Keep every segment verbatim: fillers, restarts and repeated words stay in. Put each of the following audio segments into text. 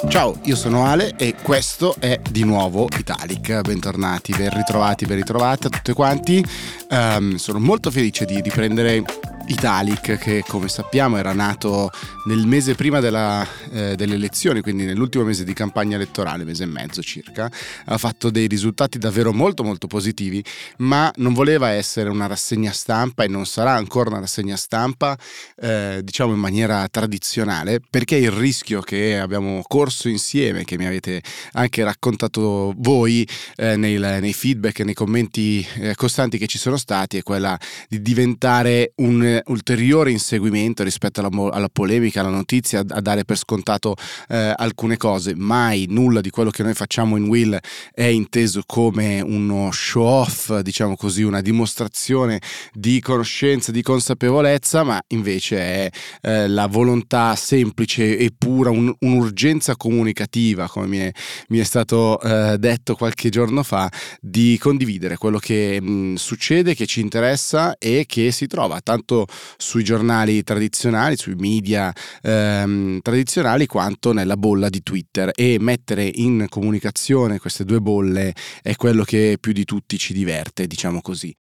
Ciao, io sono Ale e questo è di nuovo Italic. Bentornati, ben ritrovati, ben ritrovate a tutti quanti. Um, sono molto felice di riprendere Italic, che come sappiamo era nato nel mese prima della, eh, delle elezioni, quindi nell'ultimo mese di campagna elettorale, mese e mezzo circa. Ha fatto dei risultati davvero molto molto positivi, ma non voleva essere una rassegna stampa e non sarà ancora una rassegna stampa eh, diciamo in maniera tradizionale, perché il rischio che abbiamo corso insieme, che mi avete anche raccontato voi eh, nei, nei feedback e nei commenti eh, costanti che ci sono stati, è quella di diventare un ulteriore inseguimento rispetto alla, alla polemica, alla notizia, a dare per scontato eh, alcune cose. Mai nulla di quello che noi facciamo in Will è inteso come uno show off, diciamo così, una dimostrazione di conoscenza, di consapevolezza, ma invece è eh, la volontà semplice e pura, un, un'urgenza comunicativa, come mi è, mi è stato eh, detto qualche giorno fa, di condividere quello che mh, succede, che ci interessa e che si trova tanto sui giornali tradizionali, sui media ehm, tradizionali, quanto nella bolla di Twitter, e mettere in comunicazione queste due bolle è quello che più di tutti ci diverte, diciamo così.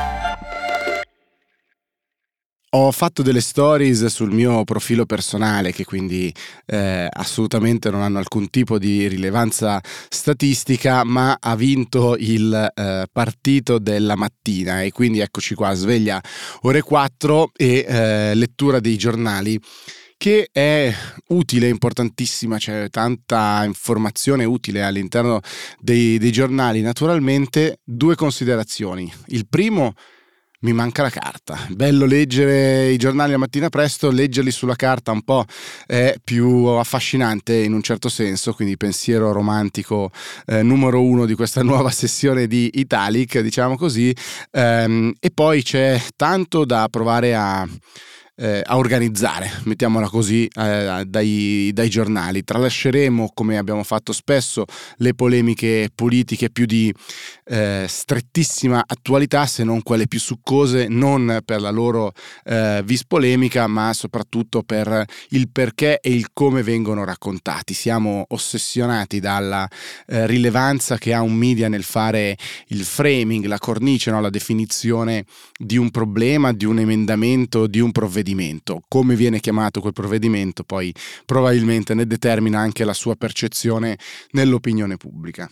Ho fatto delle stories sul mio profilo personale che quindi eh, assolutamente non hanno alcun tipo di rilevanza statistica, ma ha vinto il eh, partito della mattina, e quindi eccoci qua, sveglia ore quattro e eh, lettura dei giornali, che è utile, importantissima, c'è tanta informazione utile all'interno dei, dei giornali. Naturalmente, due considerazioni. Il primo: mi manca la carta. Bello leggere i giornali la mattina presto, leggerli sulla carta un po' è più affascinante in un certo senso, quindi pensiero romantico eh, numero uno di questa nuova sessione di Italic, diciamo così. Ehm, e poi c'è tanto da provare a Eh, a organizzare, mettiamola così, eh, dai, dai giornali. Tralasceremo, come abbiamo fatto spesso, le polemiche politiche più di eh, strettissima attualità, se non quelle più succose, non per la loro eh, vis polemica, ma soprattutto per il perché e il come vengono raccontati. Siamo ossessionati dalla eh, rilevanza che ha un media nel fare il framing, la cornice, no? La definizione di un problema, di un emendamento, di un provvedimento. Come viene chiamato quel provvedimento poi probabilmente ne determina anche la sua percezione nell'opinione pubblica.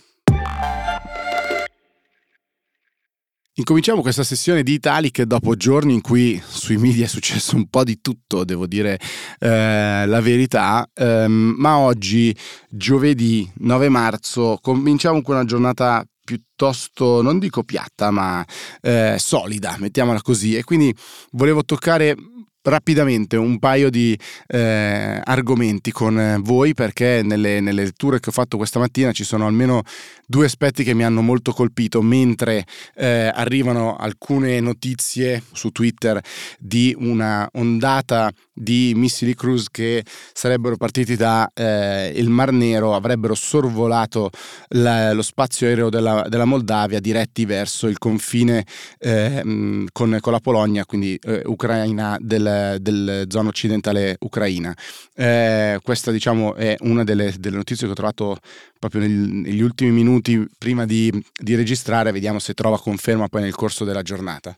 Incominciamo questa sessione di Italic dopo giorni in cui sui media è successo un po' di tutto, devo dire eh, la verità, ehm, ma oggi, giovedì nove marzo, cominciamo con una giornata piuttosto, non dico piatta, ma eh, solida, mettiamola così, e quindi volevo toccare rapidamente un paio di eh, argomenti con voi, perché nelle, nelle letture che ho fatto questa mattina ci sono almeno due aspetti che mi hanno molto colpito mentre eh, arrivano alcune notizie su Twitter di una ondata di missili cruise che sarebbero partiti da eh, il Mar Nero, avrebbero sorvolato la, lo spazio aereo della, della Moldavia, diretti verso il confine eh, con, con la Polonia, quindi eh, Ucraina del del zona occidentale ucraina. Eh, questa, diciamo, è una delle, delle notizie che ho trovato proprio nel, negli ultimi minuti prima di, di registrare. Vediamo se trova conferma poi nel corso della giornata.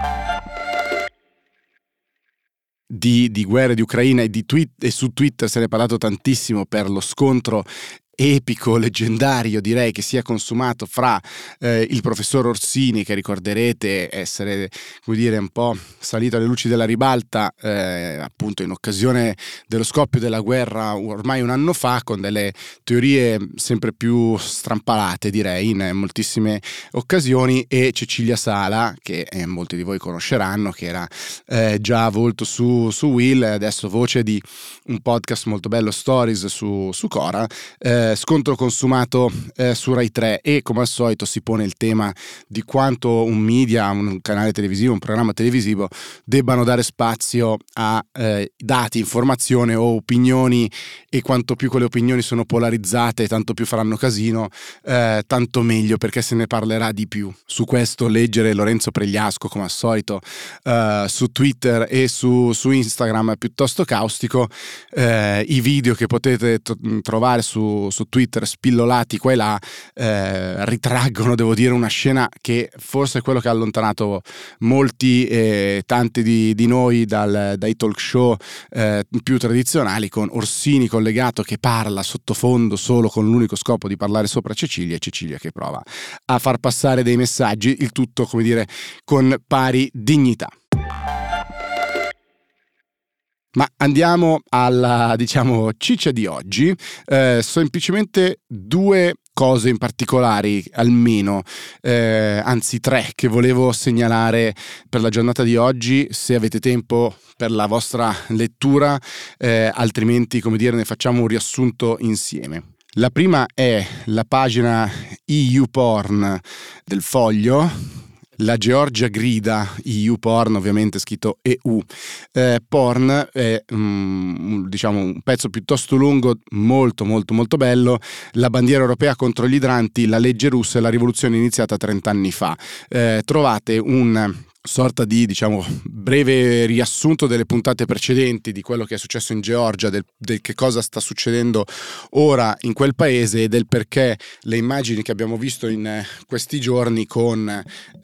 Di, di guerre di Ucraina e, di tweet, e su Twitter se ne è parlato tantissimo per lo scontro epico, leggendario, direi, che si è consumato fra eh, il professor Orsini, che ricorderete essere, come dire, un po' salito alle luci della ribalta eh, appunto in occasione dello scoppio della guerra ormai un anno fa, con delle teorie sempre più strampalate, direi, in moltissime occasioni, e Cecilia Sala, che eh, molti di voi conosceranno, che era eh, già volto su, su Will, adesso voce di un podcast molto bello, Stories, su, su Cora, eh, eh, scontro consumato eh, su Rai tre, e come al solito si pone il tema di quanto un media, un canale televisivo, un programma televisivo debbano dare spazio a eh, dati, informazione o opinioni, e quanto più quelle opinioni sono polarizzate tanto più faranno casino, eh, tanto meglio, perché se ne parlerà di più. Su questo leggere Lorenzo Pregliasco come al solito eh, su Twitter e su, su Instagram è piuttosto caustico. Eh, i video che potete t- trovare su, su Twitter spillolati qua e là eh, ritraggono, devo dire, una scena che forse è quello che ha allontanato molti e tanti di, di noi dal, dai talk show eh, più tradizionali, con Orsini collegato che parla sottofondo solo con l'unico scopo di parlare sopra Cecilia, e Cecilia che prova a far passare dei messaggi, il tutto, come dire, con pari dignità. Ma andiamo alla, diciamo, ciccia di oggi. Eh, semplicemente due cose in particolari, almeno, eh, anzi tre, che volevo segnalare per la giornata di oggi, se avete tempo per la vostra lettura, eh, altrimenti, come dire, ne facciamo un riassunto insieme. La prima è la pagina E U Porn del Foglio. La Georgia grida, E U Porn, ovviamente scritto E U. Eh, porn è um, diciamo un pezzo piuttosto lungo, molto molto molto bello. La bandiera europea contro gli idranti, la legge russa e la rivoluzione iniziata trent'anni fa. Eh, trovate un sorta di, diciamo, breve riassunto delle puntate precedenti di quello che è successo in Georgia, del, del che cosa sta succedendo ora in quel paese e del perché le immagini che abbiamo visto in questi giorni con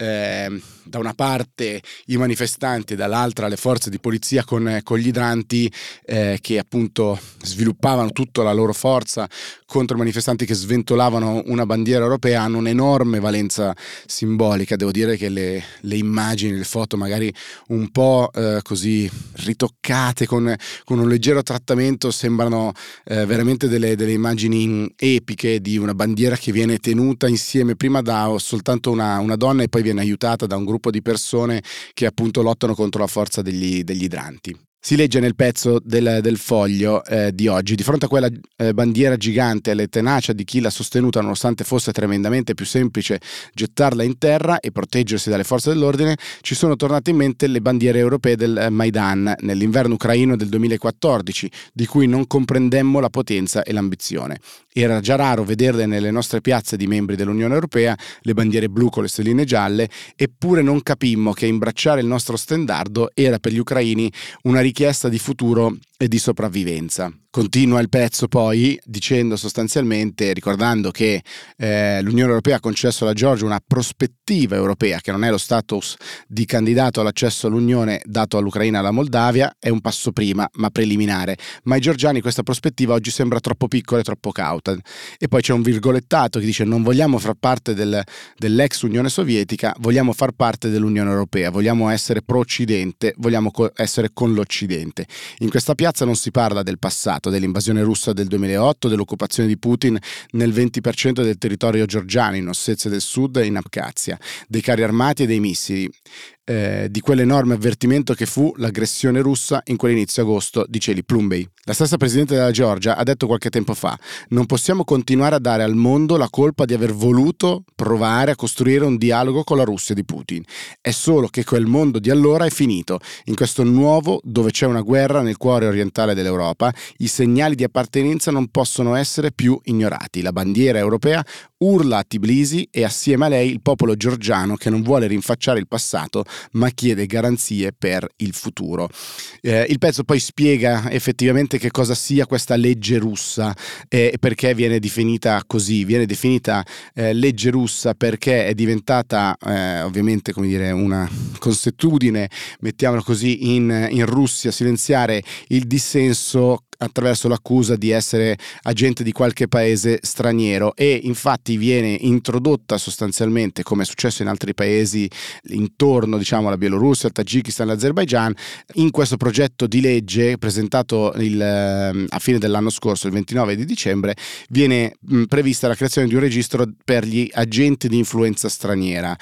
eh, da una parte i manifestanti e dall'altra le forze di polizia con, con gli idranti eh, che appunto sviluppavano tutta la loro forza contro i manifestanti che sventolavano una bandiera europea hanno un'enorme valenza simbolica. Devo dire che le, le immagini, le foto magari un po' eh, così ritoccate con, con un leggero trattamento sembrano eh, veramente delle, delle immagini epiche di una bandiera che viene tenuta insieme prima da soltanto una, una donna e poi viene aiutata da un gruppo di persone che appunto lottano contro la forza degli, degli idranti. Si legge nel pezzo del, del Foglio eh, di oggi: di fronte a quella eh, bandiera gigante e alle tenacia di chi l'ha sostenuta, nonostante fosse tremendamente più semplice gettarla in terra e proteggersi dalle forze dell'ordine, ci sono tornate in mente le bandiere europee del eh, Maidan nell'inverno ucraino del duemilaquattordici, di cui non comprendemmo la potenza e l'ambizione. Era già raro vederle nelle nostre piazze di membri dell'Unione Europea, le bandiere blu con le stelline gialle, eppure non capimmo che imbracciare il nostro stendardo era per gli ucraini una richiesta di futuro e di sopravvivenza. Continua il pezzo poi dicendo sostanzialmente, ricordando che eh, l'Unione Europea ha concesso alla Georgia una prospettiva europea, che non è lo status di candidato all'accesso all'Unione dato all'Ucraina e alla Moldavia, è un passo prima ma preliminare, ma ai georgiani questa prospettiva oggi sembra troppo piccola e troppo cauta. E poi c'è un virgolettato che dice: non vogliamo far parte del, dell'ex Unione Sovietica, vogliamo far parte dell'Unione Europea, vogliamo essere pro-Occidente, vogliamo co- essere con l'Occidente. In questa piazza non si parla del passato, dell'invasione russa del duemilaotto, dell'occupazione di Putin nel venti per cento del territorio georgiano, in Ossetia del Sud e in Abkhazia, dei carri armati e dei missili, eh, di quell'enorme avvertimento che fu l'aggressione russa in quell'inizio agosto di cieli plumbei. La stessa presidente della Georgia ha detto qualche tempo fa: non possiamo continuare a dare al mondo la colpa di aver voluto provare a costruire un dialogo con la Russia di Putin. È solo che quel mondo di allora è finito. In questo nuovo, dove c'è una guerra nel cuore orientale dell'Europa, i segnali di appartenenza non possono essere più ignorati. La bandiera europea urla a Tbilisi e assieme a lei il popolo georgiano che non vuole rinfacciare il passato ma chiede garanzie per il futuro. Eh, il pezzo poi spiega effettivamente che cosa sia questa legge russa e eh, perché viene definita così. Viene definita eh, legge russa perché è diventata eh, ovviamente, come dire, una consuetudine, mettiamolo così, in, in Russia silenziare il dissenso attraverso l'accusa di essere agente di qualche paese straniero, e infatti viene introdotta sostanzialmente, come è successo in altri paesi intorno, diciamo, alla Bielorussia, al Tagikistan, all'Azerbaigian, in questo progetto di legge presentato il, a fine dell'anno scorso, il ventinove di dicembre, viene mh, prevista la creazione di un registro per gli agenti di influenza straniera,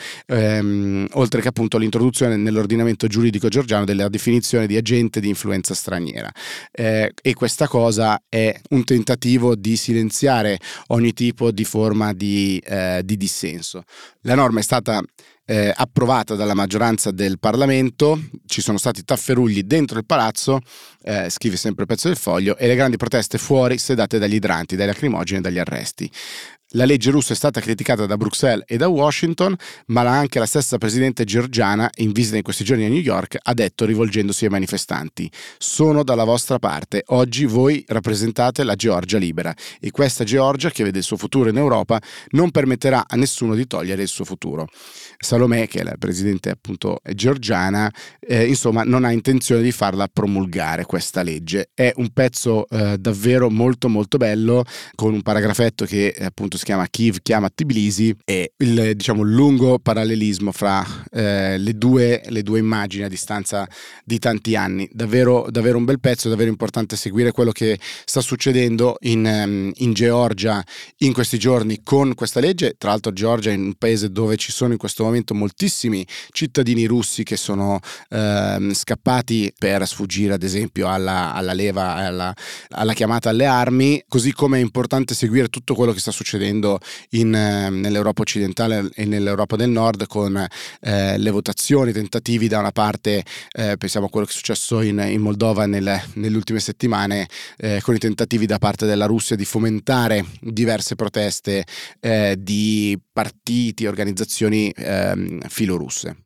ehm, oltre che appunto l'introduzione nell'ordinamento giuridico georgiano della definizione di agente di influenza straniera. Eh, e questa cosa è un tentativo di silenziare ogni tipo di forma di, eh, di dissenso. La norma è stata eh, approvata dalla maggioranza del Parlamento, ci sono stati tafferugli dentro il palazzo, eh, scrive sempre il Pezzo del Foglio, e le grandi proteste fuori sedate dagli idranti, dai lacrimogeni e dagli arresti. La legge russa è stata criticata da Bruxelles e da Washington, ma anche la stessa presidente georgiana, in visita in questi giorni a New York, ha detto, rivolgendosi ai manifestanti: sono dalla vostra parte, oggi voi rappresentate la Georgia libera, e questa Georgia, che vede il suo futuro in Europa, non permetterà a nessuno di togliere il suo futuro. Salomè, che è la presidente appunto georgiana, eh, insomma non ha intenzione di farla promulgare questa legge. È un pezzo eh, davvero molto molto bello, con un paragrafetto che eh, appunto si chiama Kiev chiama Tbilisi, e il diciamo lungo parallelismo fra eh, le, due, le due immagini a distanza di tanti anni. Davvero, davvero un bel pezzo, davvero importante seguire quello che sta succedendo in, in Georgia in questi giorni con questa legge. Tra l'altro Georgia è un paese dove ci sono in questo momento moltissimi cittadini russi che sono eh, scappati per sfuggire ad esempio alla, alla leva, alla, alla chiamata alle armi, così come è importante seguire tutto quello che sta succedendo in, eh, nell'Europa occidentale e nell'Europa del Nord, con eh, le votazioni, i tentativi da una parte, eh, pensiamo a quello che è successo in, in Moldova nelle, nelle ultime settimane, eh, con i tentativi da parte della Russia di fomentare diverse proteste eh, di partiti, organizzazioni eh, filorusse.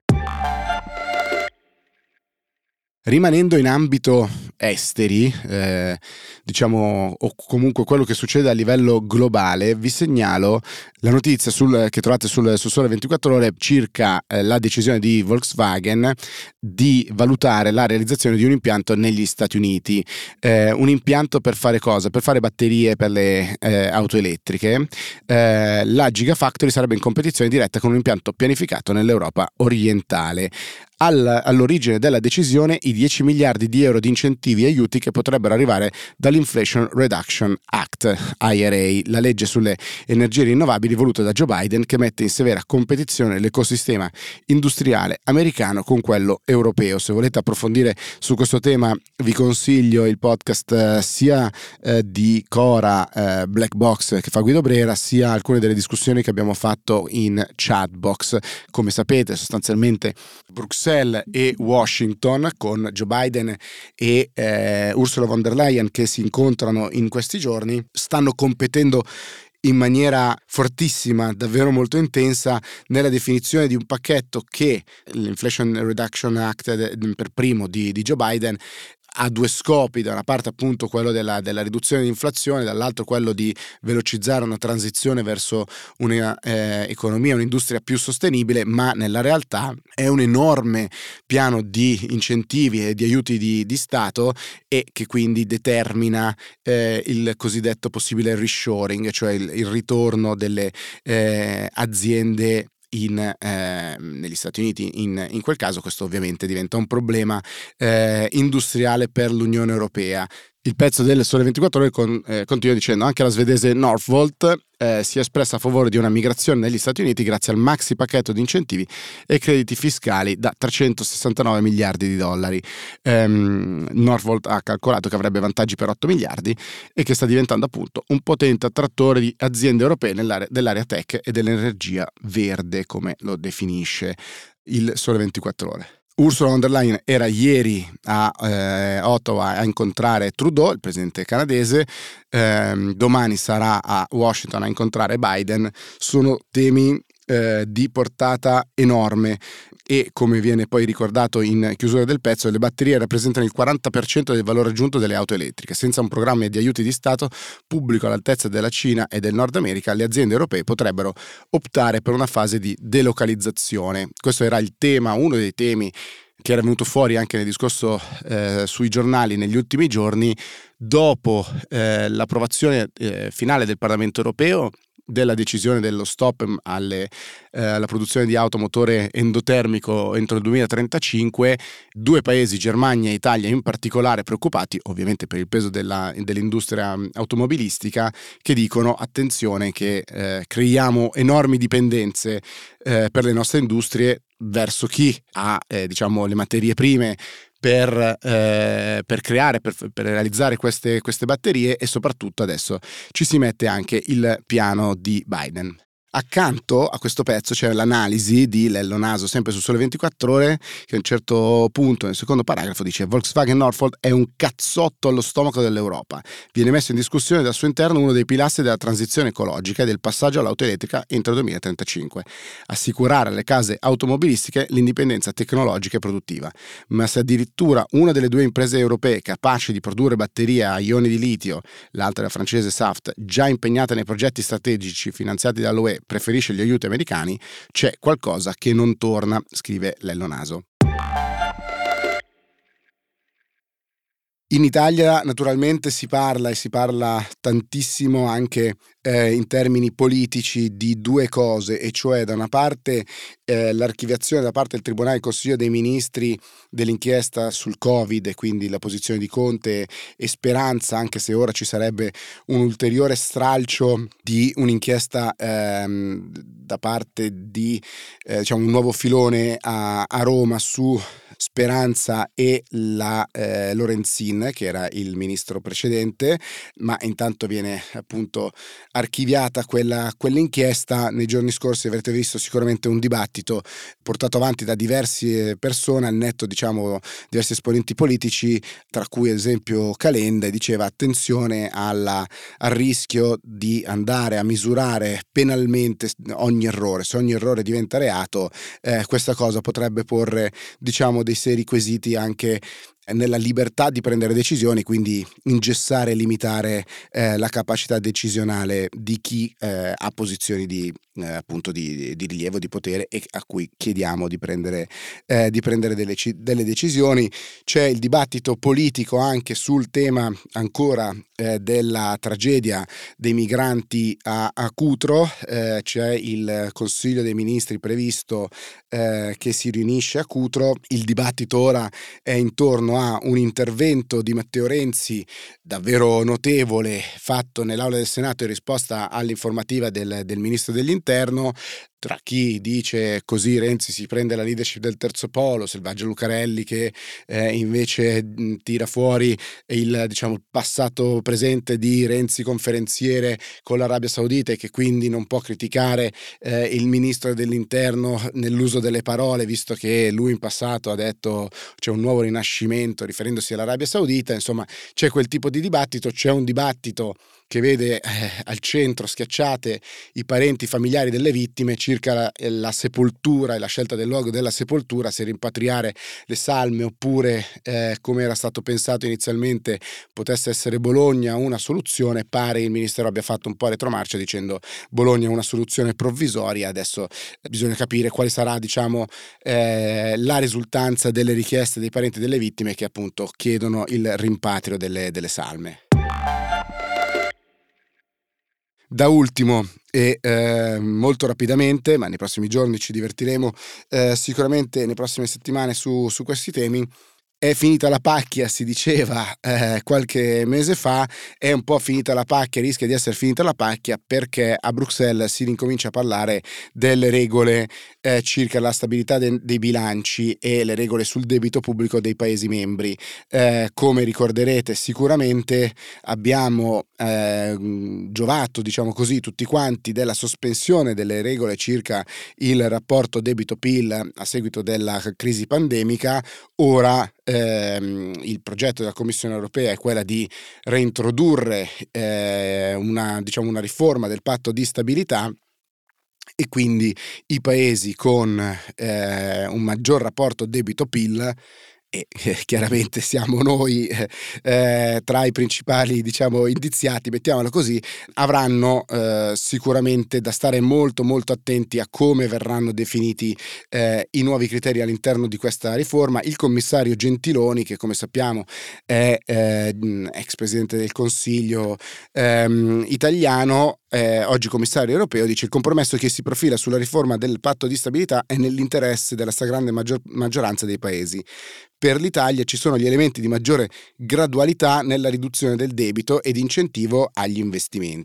Rimanendo in ambito esteri, eh, diciamo, o comunque quello che succede a livello globale, vi segnalo la notizia sul, che trovate sul, sul Sole ventiquattro Ore circa eh, la decisione di Volkswagen di valutare la realizzazione di un impianto negli Stati Uniti. Eh, un impianto per fare cosa? Per fare batterie per le eh, auto elettriche. Eh, la Gigafactory sarebbe in competizione diretta con un impianto pianificato nell'Europa orientale. All'origine della decisione i dieci miliardi di euro di incentivi e aiuti che potrebbero arrivare dall'Inflation Reduction Act, I R A, la legge sulle energie rinnovabili voluta da Joe Biden, che mette in severa competizione l'ecosistema industriale americano con quello europeo. Se volete approfondire su questo tema vi consiglio il podcast eh, sia eh, di Cora eh, Black Box che fa Guido Brera, sia alcune delle discussioni che abbiamo fatto in Chatbox. Come sapete, sostanzialmente Bruxelles e Washington, con Joe Biden e eh, Ursula von der Leyen che si incontrano in questi giorni, stanno competendo in maniera fortissima, davvero molto intensa, nella definizione di un pacchetto che l'Inflation Reduction Act per primo di, di Joe Biden ha due scopi: da una parte appunto quello della, della riduzione dell'inflazione, dall'altro quello di velocizzare una transizione verso un'economia, eh, un'industria più sostenibile, ma nella realtà è un enorme piano di incentivi e di aiuti di, di Stato, e che quindi determina eh, il cosiddetto possibile reshoring, cioè il, il ritorno delle eh, aziende In, eh, negli Stati Uniti. In, in quel caso questo ovviamente diventa un problema eh, industriale per l'Unione Europea. Il pezzo del Sole ventiquattro Ore con, eh, continua dicendo: anche la svedese Northvolt eh, si è espressa a favore di una migrazione negli Stati Uniti grazie al maxi pacchetto di incentivi e crediti fiscali da trecentosessantanove miliardi di dollari. Ehm, Northvolt ha calcolato che avrebbe vantaggi per otto miliardi e che sta diventando appunto un potente attrattore di aziende europee nell'area, dell'area tech e dell'energia verde, come lo definisce il Sole ventiquattro Ore. Ursula von der Leyen era ieri a eh, Ottawa a incontrare Trudeau, il presidente canadese, eh, domani sarà a Washington a incontrare Biden. Sono temi eh, di portata enorme, e come viene poi ricordato in chiusura del pezzo, le batterie rappresentano il quaranta per cento del valore aggiunto delle auto elettriche. Senza un programma di aiuti di Stato pubblico all'altezza della Cina e del Nord America, le aziende europee potrebbero optare per una fase di delocalizzazione. Questo era il tema, uno dei temi che era venuto fuori anche nel discorso eh, sui giornali negli ultimi giorni, dopo eh, l'approvazione eh, finale del Parlamento europeo della decisione dello stop alle, eh, alla produzione di automotore endotermico entro il duemilatrentacinque. Due paesi, Germania e Italia in particolare, preoccupati ovviamente per il peso della, dell'industria automobilistica, che dicono: attenzione che eh, creiamo enormi dipendenze eh, per le nostre industrie verso chi ha eh, diciamo le materie prime per, eh, per creare, per, per realizzare queste, queste batterie, e soprattutto adesso ci si mette anche il piano di Biden. Accanto a questo pezzo c'è l'analisi di Lello Naso, sempre su Sole ventiquattro Ore, che a un certo punto, nel secondo paragrafo, dice: Volkswagen Norfolk è un cazzotto allo stomaco dell'Europa. Viene messo in discussione dal suo interno uno dei pilastri della transizione ecologica e del passaggio all'auto elettrica entro il duemilatrentacinque. Assicurare alle case automobilistiche l'indipendenza tecnologica e produttiva. Ma se addirittura una delle due imprese europee capaci di produrre batterie a ioni di litio, l'altra la francese Saft, già impegnata nei progetti strategici finanziati dall'U E, preferisce gli aiuti americani, c'è qualcosa che non torna, scrive Lello Naso. In Italia naturalmente si parla e si parla tantissimo anche eh, in termini politici di due cose, e cioè da una parte eh, l'archiviazione da parte del Tribunale del Consiglio dei Ministri dell'inchiesta sul Covid, e quindi la posizione di Conte e Speranza, anche se ora ci sarebbe un ulteriore stralcio di un'inchiesta ehm, da parte di eh, diciamo un nuovo filone a, a Roma su Speranza e la eh, Lorenzin, che era il ministro precedente, ma intanto viene appunto archiviata quella, quell'inchiesta. Nei giorni scorsi avrete visto sicuramente un dibattito portato avanti da diverse persone, al netto diciamo diversi esponenti politici, tra cui ad esempio Calenda, e diceva attenzione alla, al rischio di andare a misurare penalmente ogni errore. Se ogni errore diventa reato, eh, questa cosa potrebbe porre diciamo dei seri quesiti anche nella libertà di prendere decisioni, quindi ingessare e limitare eh, la capacità decisionale di chi eh, ha posizioni di, eh, appunto di, di rilievo, di potere, e a cui chiediamo di prendere, eh, di prendere delle, delle decisioni. C'è il dibattito politico anche sul tema ancora eh, della tragedia dei migranti a, a Cutro. Eh, c'è il Consiglio dei Ministri previsto eh, che si riunisce a Cutro. Il dibattito ora è intorno a un intervento di Matteo Renzi davvero notevole fatto nell'aula del Senato in risposta all'informativa del, del ministro dell'Interno. Tra chi dice così Renzi si prende la leadership del terzo polo, Selvaggio Lucarelli che eh, invece mh, tira fuori il diciamo passato presente di Renzi conferenziere con l'Arabia Saudita, e che quindi non può criticare eh, il ministro dell'Interno nell'uso delle parole, visto che lui in passato ha detto c'è un nuovo rinascimento riferendosi all'Arabia Saudita. Insomma, c'è quel tipo di dibattito. C'è un dibattito che vede eh, al centro schiacciate i parenti familiari delle vittime circa la, la sepoltura e la scelta del luogo della sepoltura, se rimpatriare le salme oppure eh, come era stato pensato inizialmente potesse essere Bologna una soluzione. Pare il ministero abbia fatto un po' retromarcia dicendo Bologna è una soluzione provvisoria. Adesso bisogna capire quale sarà diciamo eh, la risultanza delle richieste dei parenti delle vittime, che appunto chiedono il rimpatrio delle, delle salme. Da ultimo e eh, molto rapidamente, ma nei prossimi giorni ci divertiremo eh, sicuramente nelle prossime settimane su, su questi temi. È finita la pacchia, si diceva eh, qualche mese fa, è un po' finita la pacchia, rischia di essere finita la pacchia, perché a Bruxelles si ricomincia a parlare delle regole eh, circa la stabilità de- dei bilanci e le regole sul debito pubblico dei Paesi membri. Eh, come ricorderete sicuramente abbiamo eh, giovato, diciamo così, tutti quanti della sospensione delle regole circa il rapporto debito-P I L a seguito della crisi pandemica. Ora ehm, il progetto della Commissione europea è quella di reintrodurre eh, una, diciamo, una riforma del patto di stabilità, e quindi i paesi con eh, un maggior rapporto debito-P I L, e eh, chiaramente siamo noi eh, tra i principali diciamo indiziati, mettiamolo così, avranno eh, sicuramente da stare molto molto attenti a come verranno definiti eh, i nuovi criteri all'interno di questa riforma. Il commissario Gentiloni, che come sappiamo è eh, ex presidente del Consiglio ehm, italiano, Eh, oggi commissario europeo, dice: il compromesso che si profila sulla riforma del patto di stabilità è nell'interesse della stragrande maggior- maggioranza dei paesi. Per l'Italia ci sono gli elementi di maggiore gradualità nella riduzione del debito ed incentivo agli investimenti.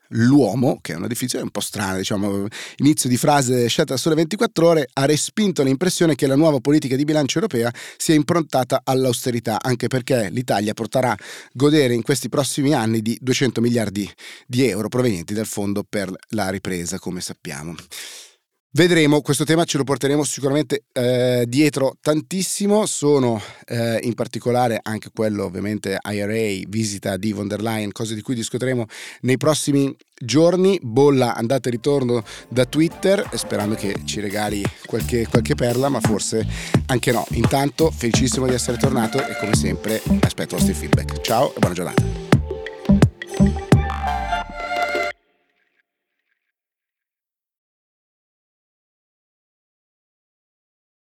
l'uomo, che è una definizione un po' strana, diciamo, inizio di frase scelta da Sole ventiquattro Ore, ha respinto l'impressione che la nuova politica di bilancio europea sia improntata all'austerità, anche perché l'Italia potrà godere in questi prossimi anni di duecento miliardi di euro provenienti dal fondo per la ripresa, come sappiamo. Vedremo, questo tema ce lo porteremo sicuramente eh, dietro tantissimo. Sono eh, in particolare anche quello, ovviamente, I R A, visita di von der Leyen, cose di cui discuteremo nei prossimi giorni. Bolla andata e ritorno da Twitter, sperando che ci regali qualche, qualche perla, ma forse anche no. Intanto felicissimo di essere tornato e come sempre aspetto i vostri feedback. Ciao e buona giornata.